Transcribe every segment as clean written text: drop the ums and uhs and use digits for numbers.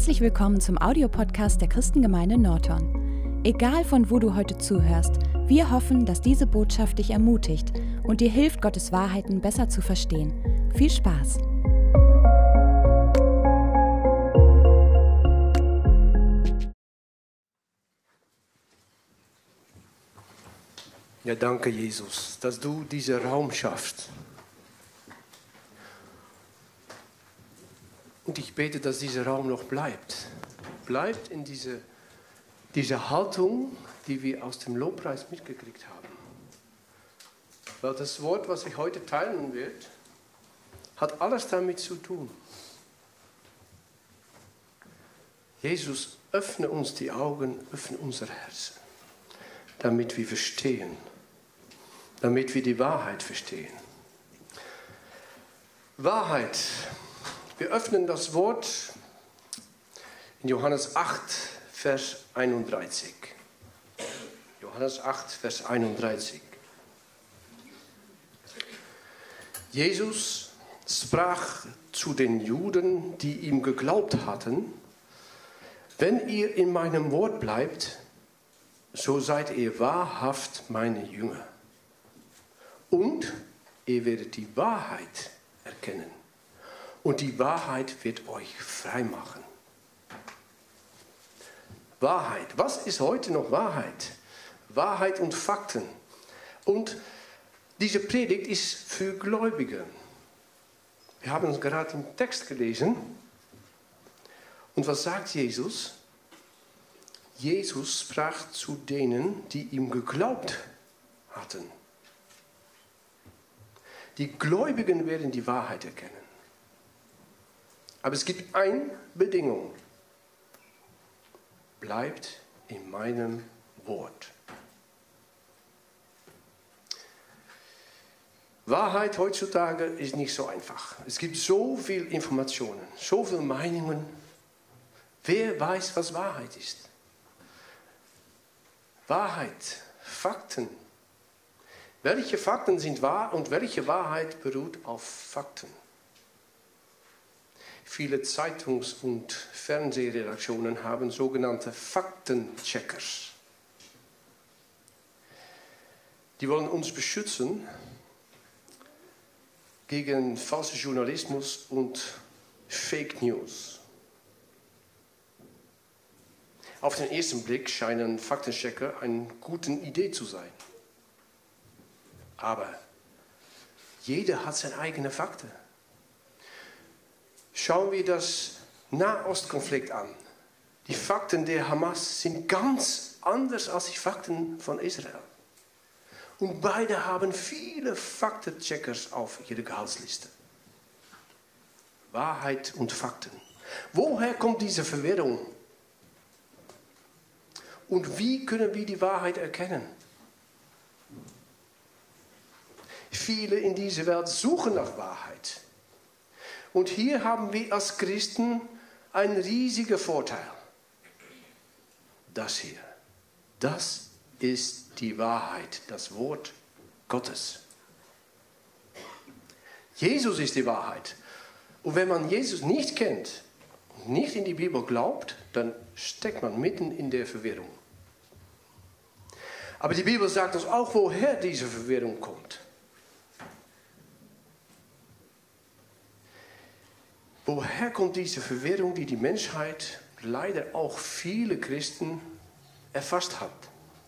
Herzlich willkommen zum Audiopodcast der Christengemeinde Norton. Egal von wo du heute zuhörst, wir hoffen, dass diese Botschaft dich ermutigt und dir hilft, Gottes Wahrheiten besser zu verstehen. Viel Spaß! Ja, danke Jesus, dass du diesen Raum schaffst. Und ich bete, dass dieser Raum noch bleibt. Bleibt in dieser Haltung, die wir aus dem Lobpreis mitgekriegt haben. Weil das Wort, was ich heute teilen werde, hat alles damit zu tun. Jesus, öffne uns die Augen, öffne unser Herz, damit wir verstehen, damit wir die Wahrheit verstehen. Wahrheit. Wir öffnen das Wort in Johannes 8, Vers 31. Johannes 8, Vers 31. Jesus sprach zu den Juden, die ihm geglaubt hatten: Wenn ihr in meinem Wort bleibt, so seid ihr wahrhaft meine Jünger. Und ihr werdet die Wahrheit erkennen. Und die Wahrheit wird euch frei machen. Wahrheit. Was ist heute noch Wahrheit? Wahrheit und Fakten. Und diese Predigt ist für Gläubige. Wir haben uns gerade im Text gelesen. Und was sagt Jesus? Jesus sprach zu denen, die ihm geglaubt hatten. Die Gläubigen werden die Wahrheit erkennen. Aber es gibt eine Bedingung. Bleibt in meinem Wort. Wahrheit heutzutage ist nicht so einfach. Es gibt so viel Informationen, so viele Meinungen. Wer weiß, was Wahrheit ist? Wahrheit, Fakten. Welche Fakten sind wahr und welche Wahrheit beruht auf Fakten? Viele Zeitungs- und Fernsehredaktionen haben sogenannte Faktencheckers. Die wollen uns beschützen gegen falschen Journalismus und Fake News. Auf den ersten Blick scheinen Faktenchecker eine gute Idee zu sein. Aber jeder hat seine eigenen Fakten. Schauen wir das Nahostkonflikt an. Die Fakten der Hamas sind ganz anders als die Fakten von Israel. Und beide haben viele Faktencheckers auf ihrer Gehaltsliste. Wahrheit und Fakten. Woher kommt diese Verwirrung? Und wie können wir die Wahrheit erkennen? Viele in dieser Welt suchen nach Wahrheit. Und hier haben wir als Christen einen riesigen Vorteil. Das hier, das ist die Wahrheit, das Wort Gottes. Jesus ist die Wahrheit. Und wenn man Jesus nicht kennt und nicht in die Bibel glaubt, dann steckt man mitten in der Verwirrung. Aber die Bibel sagt uns auch, woher diese Verwirrung kommt. Woher kommt diese Verwirrung, die die Menschheit, leider auch viele Christen, erfasst hat?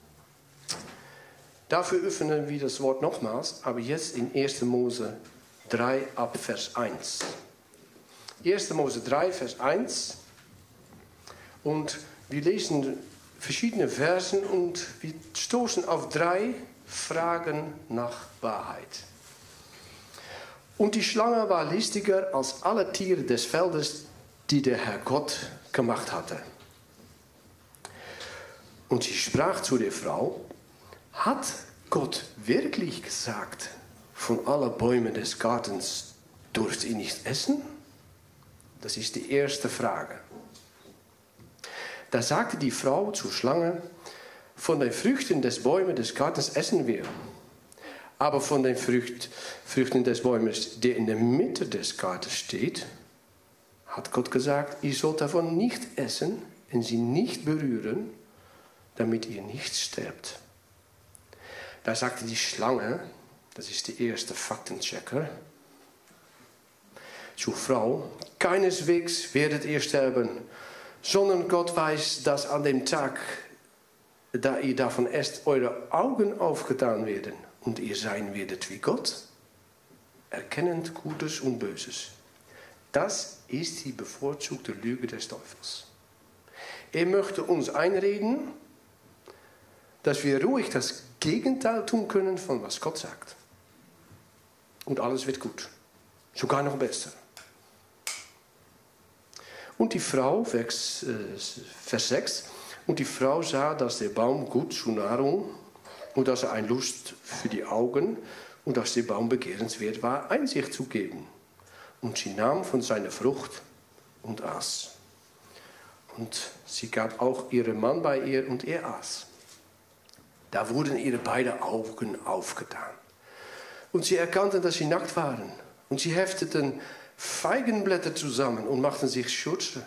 Dafür öffnen wir das Wort nochmals, aber jetzt in 1. Mose 3 ab Vers 1. 1. Mose 3, Vers 1. Und wir lesen verschiedene Versen und wir stoßen auf 3 Fragen nach Wahrheit. Und die Schlange war listiger als alle Tiere des Feldes, die der Herr Gott gemacht hatte. Und sie sprach zu der Frau: Hat Gott wirklich gesagt, von allen Bäumen des Gartens dürft ihr nicht essen? Das ist die erste Frage. Da sagte die Frau zur Schlange: Von den Früchten des Bäumes des Gartens essen wir. Aber von den Früchten des Bäumes, der in der Mitte des Gartens steht, hat Gott gesagt, ihr sollt davon nicht essen und sie nicht berühren, damit ihr nicht sterbt. Da sagte die Schlange, das ist der erste Faktenchecker, zur Frau, keineswegs werdet ihr sterben, sondern Gott weiß, dass an dem Tag, da ihr davon esst, eure Augen aufgetan werden und ihr sein werdet wie Gott, erkennend Gutes und Böses. Das ist die bevorzugte Lüge des Teufels. Er möchte uns einreden, dass wir ruhig das Gegenteil tun können von was Gott sagt. Und alles wird gut. Sogar noch besser. Und die Frau, Vers 6, und die Frau sah, dass der Baum gut zur Nahrung und dass er ein Lust für die Augen und dass der Baum begehrenswert war, Einsicht zu geben. Und sie nahm von seiner Frucht und aß. Und sie gab auch ihrem Mann bei ihr und er aß. Da wurden ihre beiden Augen aufgetan. Und sie erkannten, dass sie nackt waren. Und sie hefteten Feigenblätter zusammen und machten sich Schürze.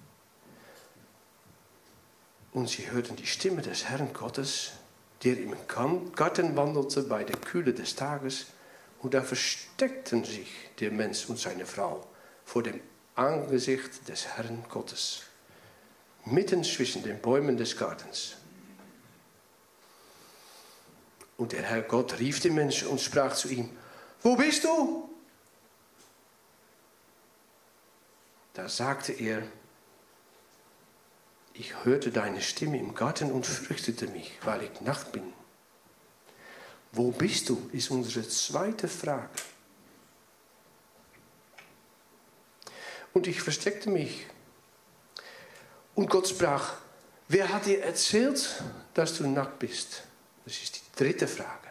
Und sie hörten die Stimme des Herrn Gottes, der im Garten wandelte bei der Kühle des Tages. Und da versteckten sich der Mensch und seine Frau vor dem Angesicht des Herrn Gottes, mitten zwischen den Bäumen des Gartens. Und der Herr Gott rief den Menschen und sprach zu ihm, wo bist du? Da sagte er, ich hörte deine Stimme im Garten und fürchtete mich, weil ich nackt bin. Wo bist du, ist unsere zweite Frage. Und ich versteckte mich. Und Gott sprach, wer hat dir erzählt, dass du nackt bist? Das ist die dritte Frage.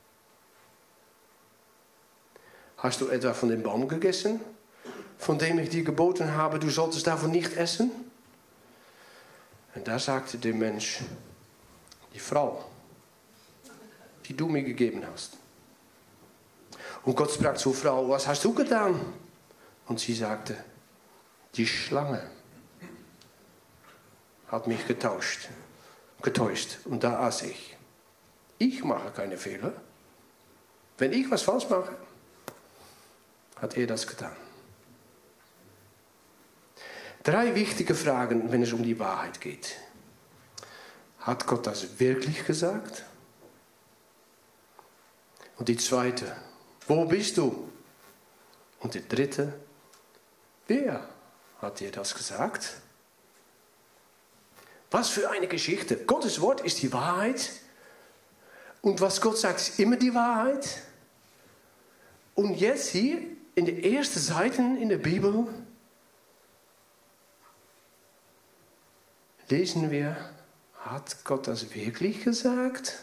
Hast du etwa von dem Baum gegessen, von dem ich dir geboten habe, du solltest davon nicht essen? Und da sagte der Mensch, die Frau, die du mir gegeben hast. Und Gott sprach zur Frau, was hast du getan? Und sie sagte, die Schlange hat mich getäuscht. Und da aß ich. Ich mache keine Fehler. Wenn ich was falsch mache, hat er das getan. 3 wichtige Fragen, wenn es um die Wahrheit geht. Hat Gott das wirklich gesagt? Und die zweite, wo bist du? Und die dritte, wer hat dir das gesagt? Was für eine Geschichte. Gottes Wort ist die Wahrheit. Und was Gott sagt, ist immer die Wahrheit. Und jetzt hier in den ersten Seiten in der Bibel lesen wir, hat Gott das wirklich gesagt?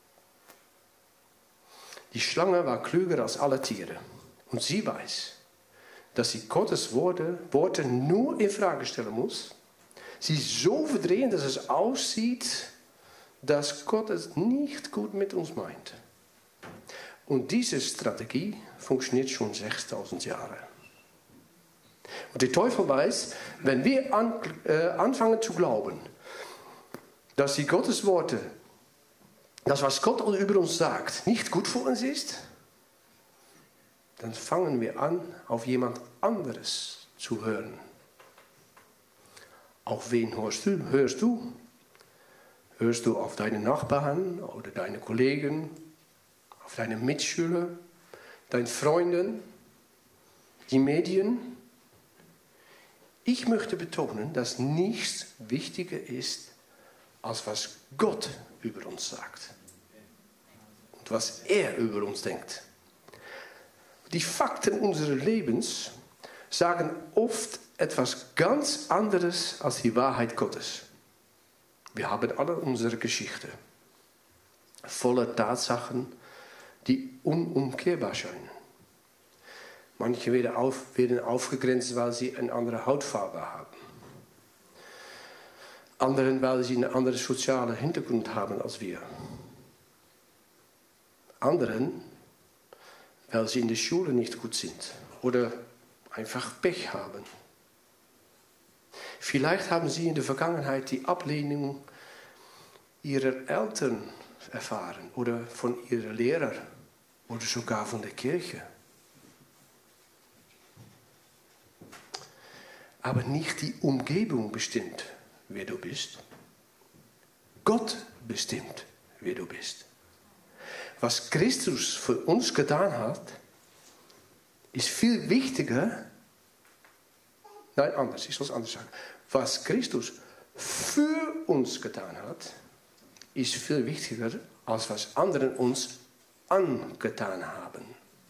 Die Schlange war klüger als alle Tiere. Und sie weiß, dass sie Gottes Worte nur in Frage stellen muss. Sie so verdrehen, dass es aussieht, dass Gott es nicht gut mit uns meint. Und diese Strategie funktioniert schon 6000 Jahre. Und der Teufel weiß, wenn wir anfangen zu glauben, dass die Gottes Worte, das was Gott über uns sagt, nicht gut für uns ist, dann fangen wir an, auf jemand anderes zu hören. Auf wen hörst du? Hörst du auf deine Nachbarn oder deine Kollegen, auf deine Mitschüler, deine Freunde, die Medien? Ich möchte betonen, dass nichts wichtiger ist, als was Gott über uns sagt. Und was er über uns denkt. Die Fakten unseres Lebens sagen oft etwas ganz anderes als die Wahrheit Gottes. Wir haben alle unsere Geschichte, voller Tatsachen, die unumkehrbar scheinen. Manche werden aufgegrenzt, weil sie eine andere Hautfarbe haben. Anderen, weil sie einen anderen sozialen Hintergrund haben als wir. Anderen, weil sie in der Schule nicht gut sind oder einfach Pech haben. Vielleicht haben Sie in der Vergangenheit die Ablehnung Ihrer Eltern erfahren oder von Ihren Lehrern oder sogar von der Kirche. Aber nicht die Umgebung bestimmt, wer du bist. Gott bestimmt, wer du bist. Was Christus für uns getan hat, ist viel wichtiger. Nein, anders, ich soll es anders sagen. Was Christus für uns getan hat, ist viel wichtiger, als was anderen uns angetan haben.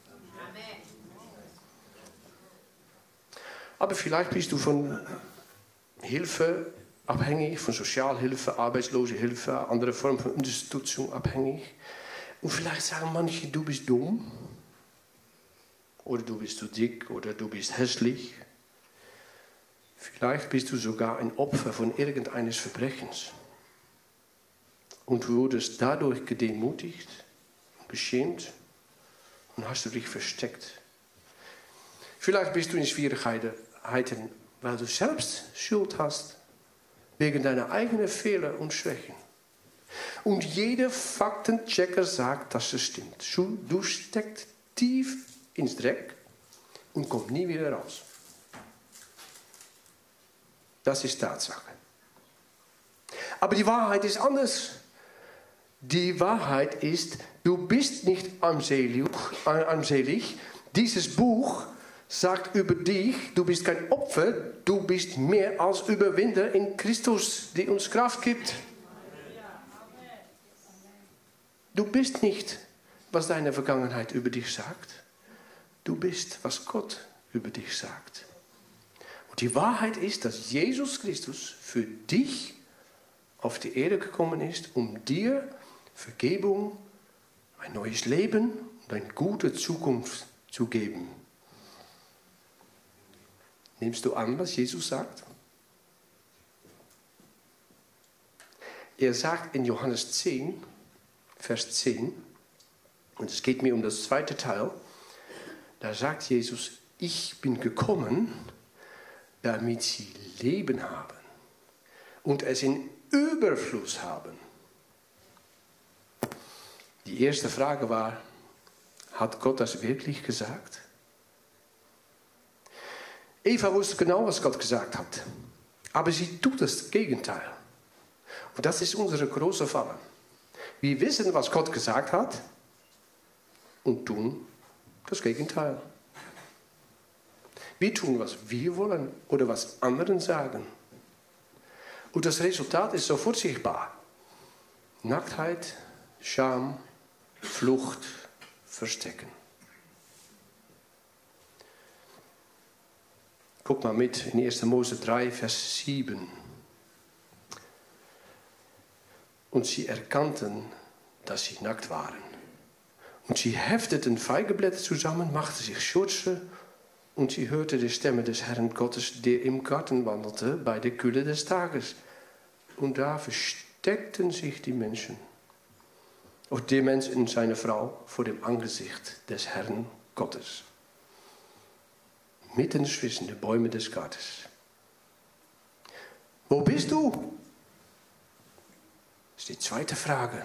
Aber vielleicht bist du von Hilfe abhängig, von Sozialhilfe, Arbeitslosehilfe, andere Formen von Unterstützung abhängig. Und vielleicht sagen manche, du bist dumm, oder du bist zu dick, oder du bist hässlich. Vielleicht bist du sogar ein Opfer von irgendeines Verbrechens. Und du wurdest dadurch gedemütigt, beschämt und hast du dich versteckt. Vielleicht bist du in Schwierigkeiten, weil du selbst Schuld hast, wegen deiner eigenen Fehler und Schwächen. Und jeder Faktenchecker sagt, dass es stimmt. Du steckst tief ins Dreck und kommst nie wieder raus. Das ist Tatsache. Aber die Wahrheit ist anders. Die Wahrheit ist, du bist nicht armselig. Dieses Buch sagt über dich, du bist kein Opfer, du bist mehr als Überwinder in Christus, die uns Kraft gibt. Du bist nicht, was deine Vergangenheit über dich sagt. Du bist, was Gott über dich sagt. Und die Wahrheit ist, dass Jesus Christus für dich auf die Erde gekommen ist, um dir Vergebung, ein neues Leben und eine gute Zukunft zu geben. Nimmst du an, was Jesus sagt? Er sagt in Johannes 10, Vers 10, und es geht mir um das zweite Teil, da sagt Jesus, ich bin gekommen, damit sie Leben haben und es in Überfluss haben. Die erste Frage war, hat Gott das wirklich gesagt? Eva wusste genau, was Gott gesagt hat. Aber sie tut das Gegenteil. Und das ist unsere große Falle. Wir wissen, was Gott gesagt hat und tun das Gegenteil. Wir tun, was wir wollen oder was anderen sagen. Und das Resultat ist sofort sichtbar. Nacktheit, Scham, Flucht, Verstecken. Guck mal mit in 1. Mose 3, Vers 7. Und sie erkannten, dass sie nackt waren. Und sie hefteten Feigenblätter zusammen, machten sich Schürze und sie hörte die Stimme des Herrn Gottes, der im Garten wandelte, bei der Kühle des Tages. Und da versteckten sich die Menschen, auch der Mensch und seine Frau, vor dem Angesicht des Herrn Gottes. Mitten zwischen den Bäumen des Gartens. Wo bist du? Das ist die zweite Frage.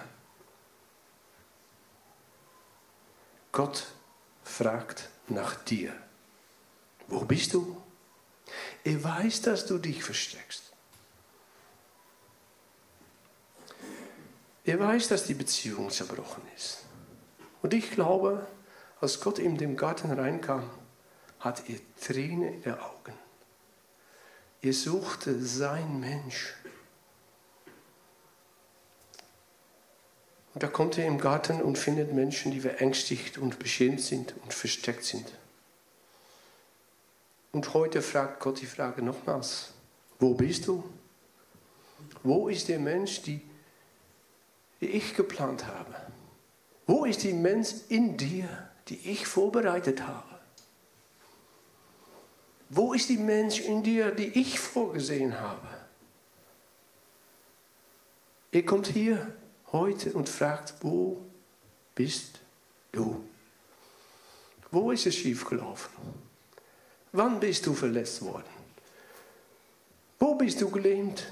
Gott fragt nach dir. Wo bist du? Er weiß, dass du dich versteckst. Er weiß, dass die Beziehung zerbrochen ist. Und ich glaube, als Gott in den Garten reinkam, hat er Tränen in den Augen. Er suchte sein Mensch. Und da kommt er im Garten und findet Menschen, die verängstigt und beschämt sind und versteckt sind. Und heute fragt Gott die Frage nochmals, wo bist du? Wo ist der Mensch, die ich geplant habe? Wo ist die Mensch in dir, die ich vorbereitet habe? Wo ist die Mensch in dir, die ich vorgesehen habe? Er kommt hier heute und fragt, wo bist du? Wo ist es schiefgelaufen? Wann bist du verletzt worden? Wo bist du gelähmt?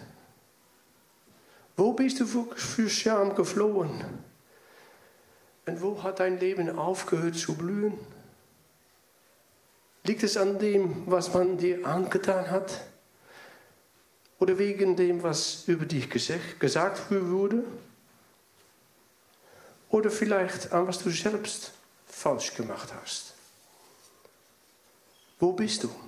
Wo bist du für Scham geflohen? Und wo hat dein Leben aufgehört zu blühen? Liegt es an dem, was man dir angetan hat? Oder wegen dem, was über dich gesagt wurde? Oder vielleicht an was du selbst falsch gemacht hast? Wo bist du?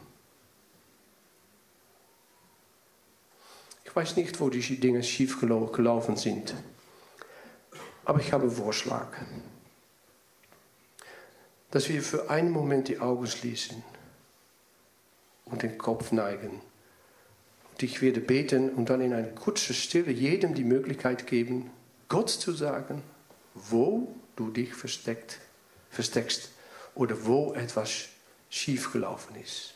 Ich weiß nicht, wo die Dinge schief gelaufen sind. Aber ich habe einen Vorschlag. Dass wir für einen Moment die Augen schließen und den Kopf neigen. Und ich werde beten und dann in eine kurze Stille jedem die Möglichkeit geben, Gott zu sagen, wo du dich versteckst oder wo etwas schiefgelaufen ist.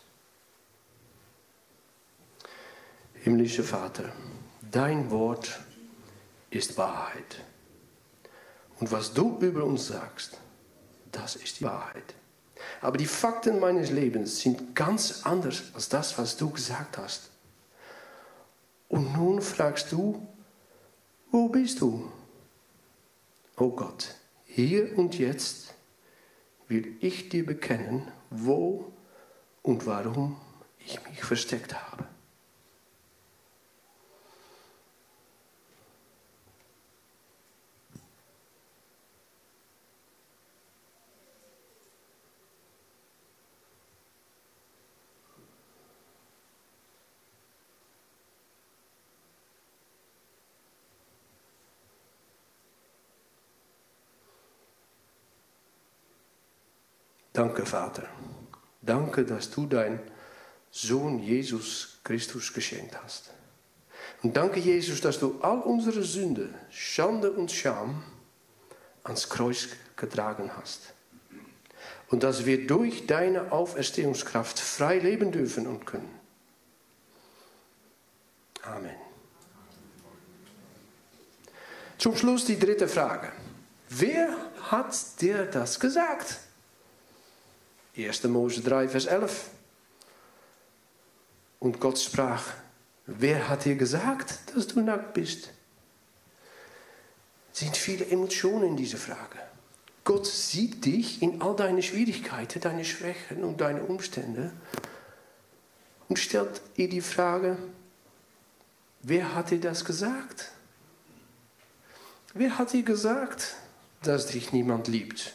Himmlischer Vater, dein Wort ist Wahrheit. Und was du über uns sagst, das ist die Wahrheit. Aber die Fakten meines Lebens sind ganz anders als das, was du gesagt hast. Und nun fragst du, wo bist du? Oh Gott, hier und jetzt will ich dir bekennen, wo und warum ich mich versteckt habe. Danke, Vater. Danke, dass du deinen Sohn Jesus Christus geschenkt hast. Und danke, Jesus, dass du all unsere Sünde, Schande und Scham ans Kreuz getragen hast. Und dass wir durch deine Auferstehungskraft frei leben dürfen und können. Amen. Zum Schluss die dritte Frage. Wer hat dir das gesagt? 1. Mose 3, Vers 11. Und Gott sprach, wer hat dir gesagt, dass du nackt bist? Es sind viele Emotionen in dieser Frage. Gott sieht dich in all deine Schwierigkeiten, deine Schwächen und deine Umstände und stellt dir die Frage, wer hat dir das gesagt? Wer hat dir gesagt, dass dich niemand liebt?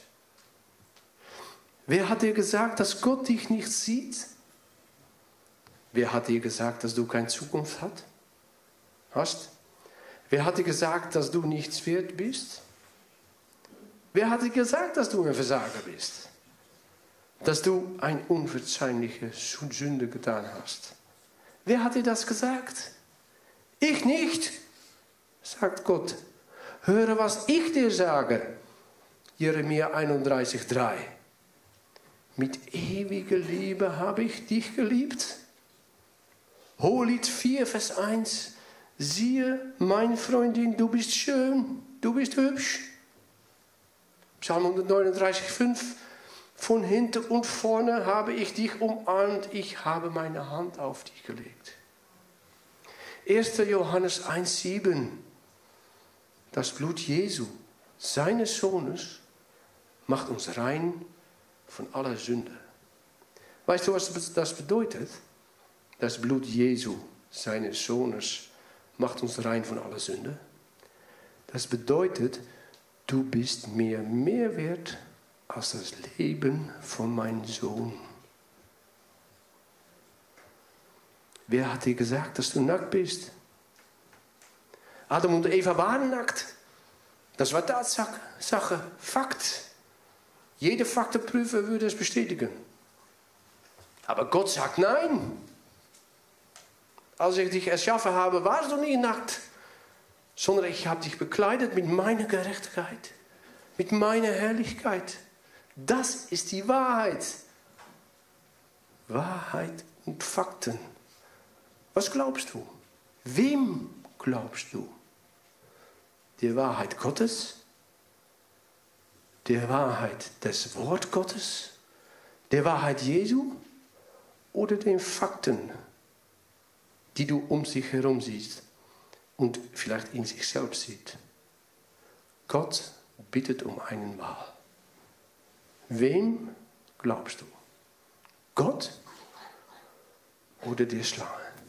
Wer hat dir gesagt, dass Gott dich nicht sieht? Wer hat dir gesagt, dass du keine Zukunft hast? Wer hat dir gesagt, dass du nichts wert bist? Wer hat dir gesagt, dass du ein Versager bist? Dass du eine unverzeihliche Sünde getan hast? Wer hat dir das gesagt? Ich nicht, sagt Gott. Höre, was ich dir sage. Jeremia 31,3. Mit ewiger Liebe habe ich dich geliebt. Hohelied 4, Vers 1. Siehe, meine Freundin, du bist schön, du bist hübsch. Psalm 139, 5. Von hinten und vorne habe ich dich umarmt, ich habe meine Hand auf dich gelegt. 1. Johannes 1, 7. Das Blut Jesu, seines Sohnes, macht uns rein von aller Sünde. Weißt du, was das bedeutet? Das Blut Jesu, seines Sohnes, macht uns rein von aller Sünde. Das bedeutet, du bist mir mehr wert als das Leben von meinem Sohn. Wer hat dir gesagt, dass du nackt bist? Adam und Eva waren nackt. Das war Tatsache, Fakt. Jede Faktenprüfer würde es bestätigen. Aber Gott sagt nein. Als ich dich erschaffen habe, warst du nie nackt. Sondern ich habe dich bekleidet mit meiner Gerechtigkeit. Mit meiner Herrlichkeit. Das ist die Wahrheit. Wahrheit und Fakten. Was glaubst du? Wem glaubst du? Der Wahrheit Gottes? Der Wahrheit des Wort Gottes? Der Wahrheit Jesu? Oder den Fakten die du um sich herum siehst und vielleicht in sich selbst sieht. Gott bittet um eine Wahl. Wem glaubst du? Gott oder der Schlange?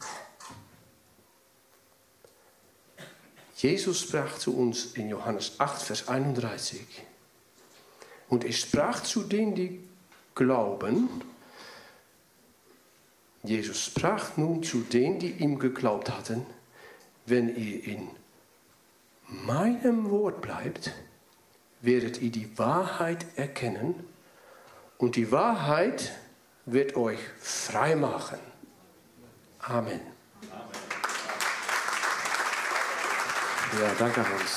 Jesus sprach zu uns in Johannes 8, Vers 31. Und er sprach zu denen, die glauben. Jesus sprach nun zu denen, die ihm geglaubt hatten, wenn ihr in meinem Wort bleibt, werdet ihr die Wahrheit erkennen und die Wahrheit wird euch frei machen. Amen. Ja, danke Hans.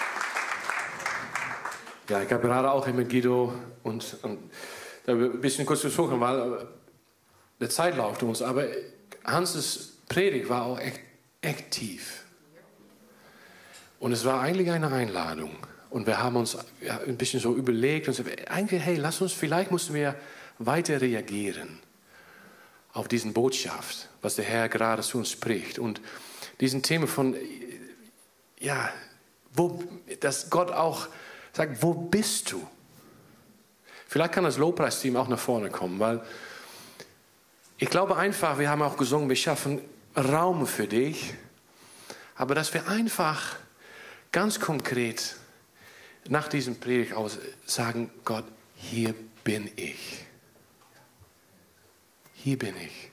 Ja, ich habe gerade auch mit Guido und da ein bisschen kurz gesprochen, weil die Zeit läuft uns, aber Hans' Predigt war auch echt tief. Und es war eigentlich eine Einladung. Und wir haben uns ein bisschen so überlegt und so, eigentlich, hey, vielleicht müssen wir weiter reagieren auf diese Botschaft, was der Herr gerade zu uns spricht. Und diesen Thema von, ja, dass Gott auch sagt, wo bist du? Vielleicht kann das Lobpreisteam auch nach vorne kommen, weil ich glaube einfach, wir haben auch gesungen, wir schaffen Raum für dich, aber dass wir einfach ganz konkret nach diesem Predigt aus sagen, Gott, hier bin ich. Hier bin ich.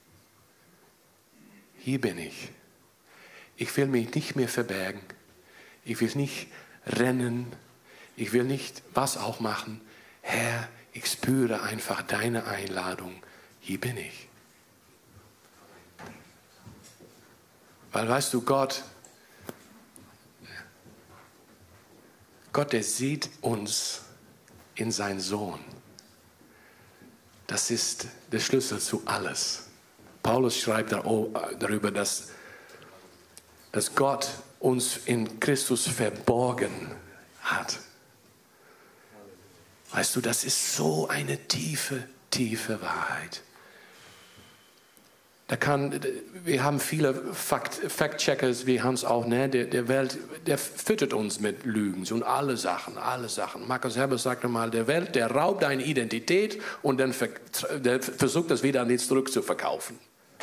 Hier bin ich. Ich will mich nicht mehr verbergen. Ich will nicht rennen. Ich will nicht was auch machen. Herr, ich spüre einfach deine Einladung. Hier bin ich. Weil weißt du, Gott, der sieht uns in seinen Sohn. Das ist der Schlüssel zu alles. Paulus schreibt darüber, dass Gott uns in Christus verborgen hat. Weißt du, das ist so eine tiefe, tiefe Wahrheit. Wir haben viele Fact-Checkers wie Hans auch, ne? Der Welt, der füttert uns mit Lügen und alle Sachen. Markus Herbert sagte mal, der Welt, der raubt deine Identität und dann der versucht das wieder an dich zurückzuverkaufen.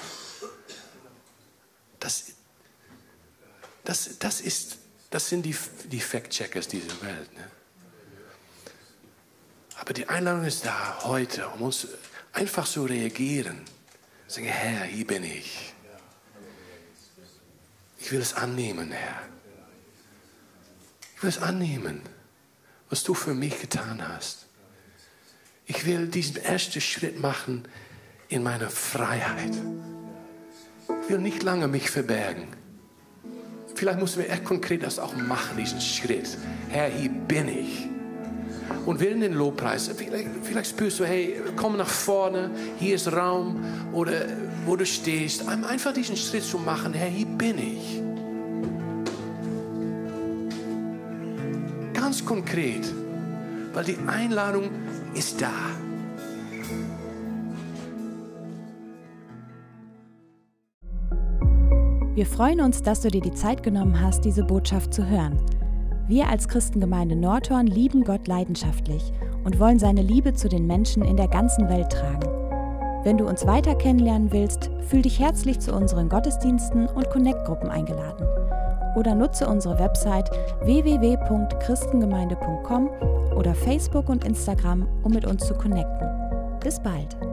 Das sind die Fact-Checkers dieser Welt. Ne? Aber die Einladung ist da heute, um uns einfach zu reagieren. Sagen, Herr, hier bin ich. Ich will es annehmen, Herr. Ich will es annehmen, was du für mich getan hast. Ich will diesen ersten Schritt machen in meiner Freiheit. Ich will nicht lange mich verbergen. Vielleicht müssen wir echt konkret das auch machen, diesen Schritt. Herr, hier bin ich. Und wir in den Lobpreis, vielleicht spürst du, hey, komm nach vorne, hier ist Raum oder wo du stehst. Einfach diesen Schritt zu machen, Herr, hier bin ich. Ganz konkret, weil die Einladung ist da. Wir freuen uns, dass du dir die Zeit genommen hast, diese Botschaft zu hören. Wir als Christengemeinde Nordhorn lieben Gott leidenschaftlich und wollen seine Liebe zu den Menschen in der ganzen Welt tragen. Wenn du uns weiter kennenlernen willst, fühl dich herzlich zu unseren Gottesdiensten und Connect-Gruppen eingeladen. Oder nutze unsere Website www.christengemeinde.com oder Facebook und Instagram, um mit uns zu connecten. Bis bald!